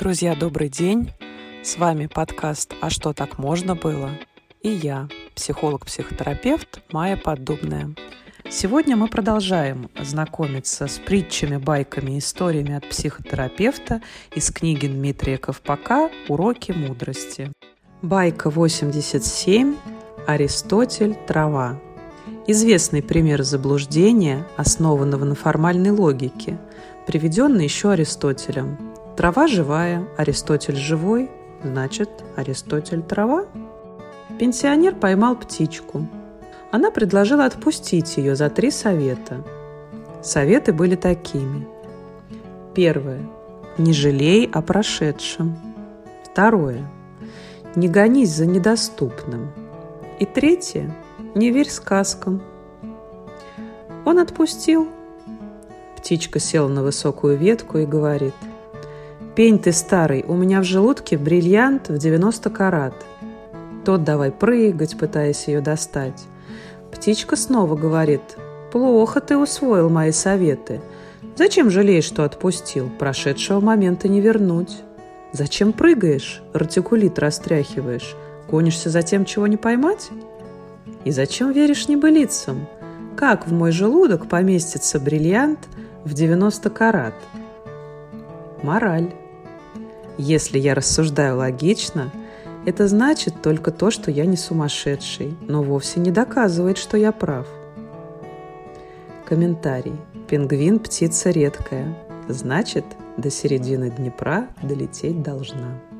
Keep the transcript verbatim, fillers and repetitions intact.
Друзья, добрый день! С вами подкаст «А что так можно было?» И я, психолог-психотерапевт Майя Поддубная. Сегодня мы продолжаем знакомиться с притчами, байками, историями от психотерапевта из книги Дмитрия Ковпака «Уроки мудрости». Байка восемьдесят семь. Аристотель «Трава». Известный пример заблуждения, основанного на формальной логике, приведенный еще Аристотелем. Трава живая, Аристотель живой, значит, Аристотель трава. Пенсионер поймал птичку. Она предложила отпустить ее за три совета. Советы были такими. Первое. Не жалей о прошедшем. Второе. Не гонись за недоступным. И третье. Не верь сказкам. Он отпустил. Птичка села на высокую ветку и говорит: «Пень ты старый, у меня в желудке бриллиант в девяносто карат». Тот давай прыгать, пытаясь ее достать. Птичка снова говорит: «Плохо ты усвоил мои советы. Зачем жалеешь, что отпустил? Прошедшего момента не вернуть. Зачем прыгаешь, артикулит растряхиваешь? Гонишься за тем, чего не поймать? И зачем веришь небылицам? Как в мой желудок поместится бриллиант в девяносто карат?» Мораль. Если я рассуждаю логично, это значит только то, что я не сумасшедший, но вовсе не доказывает, что я прав. Комментарий. Пингвин – птица редкая. Значит, до середины Днепра долететь должна.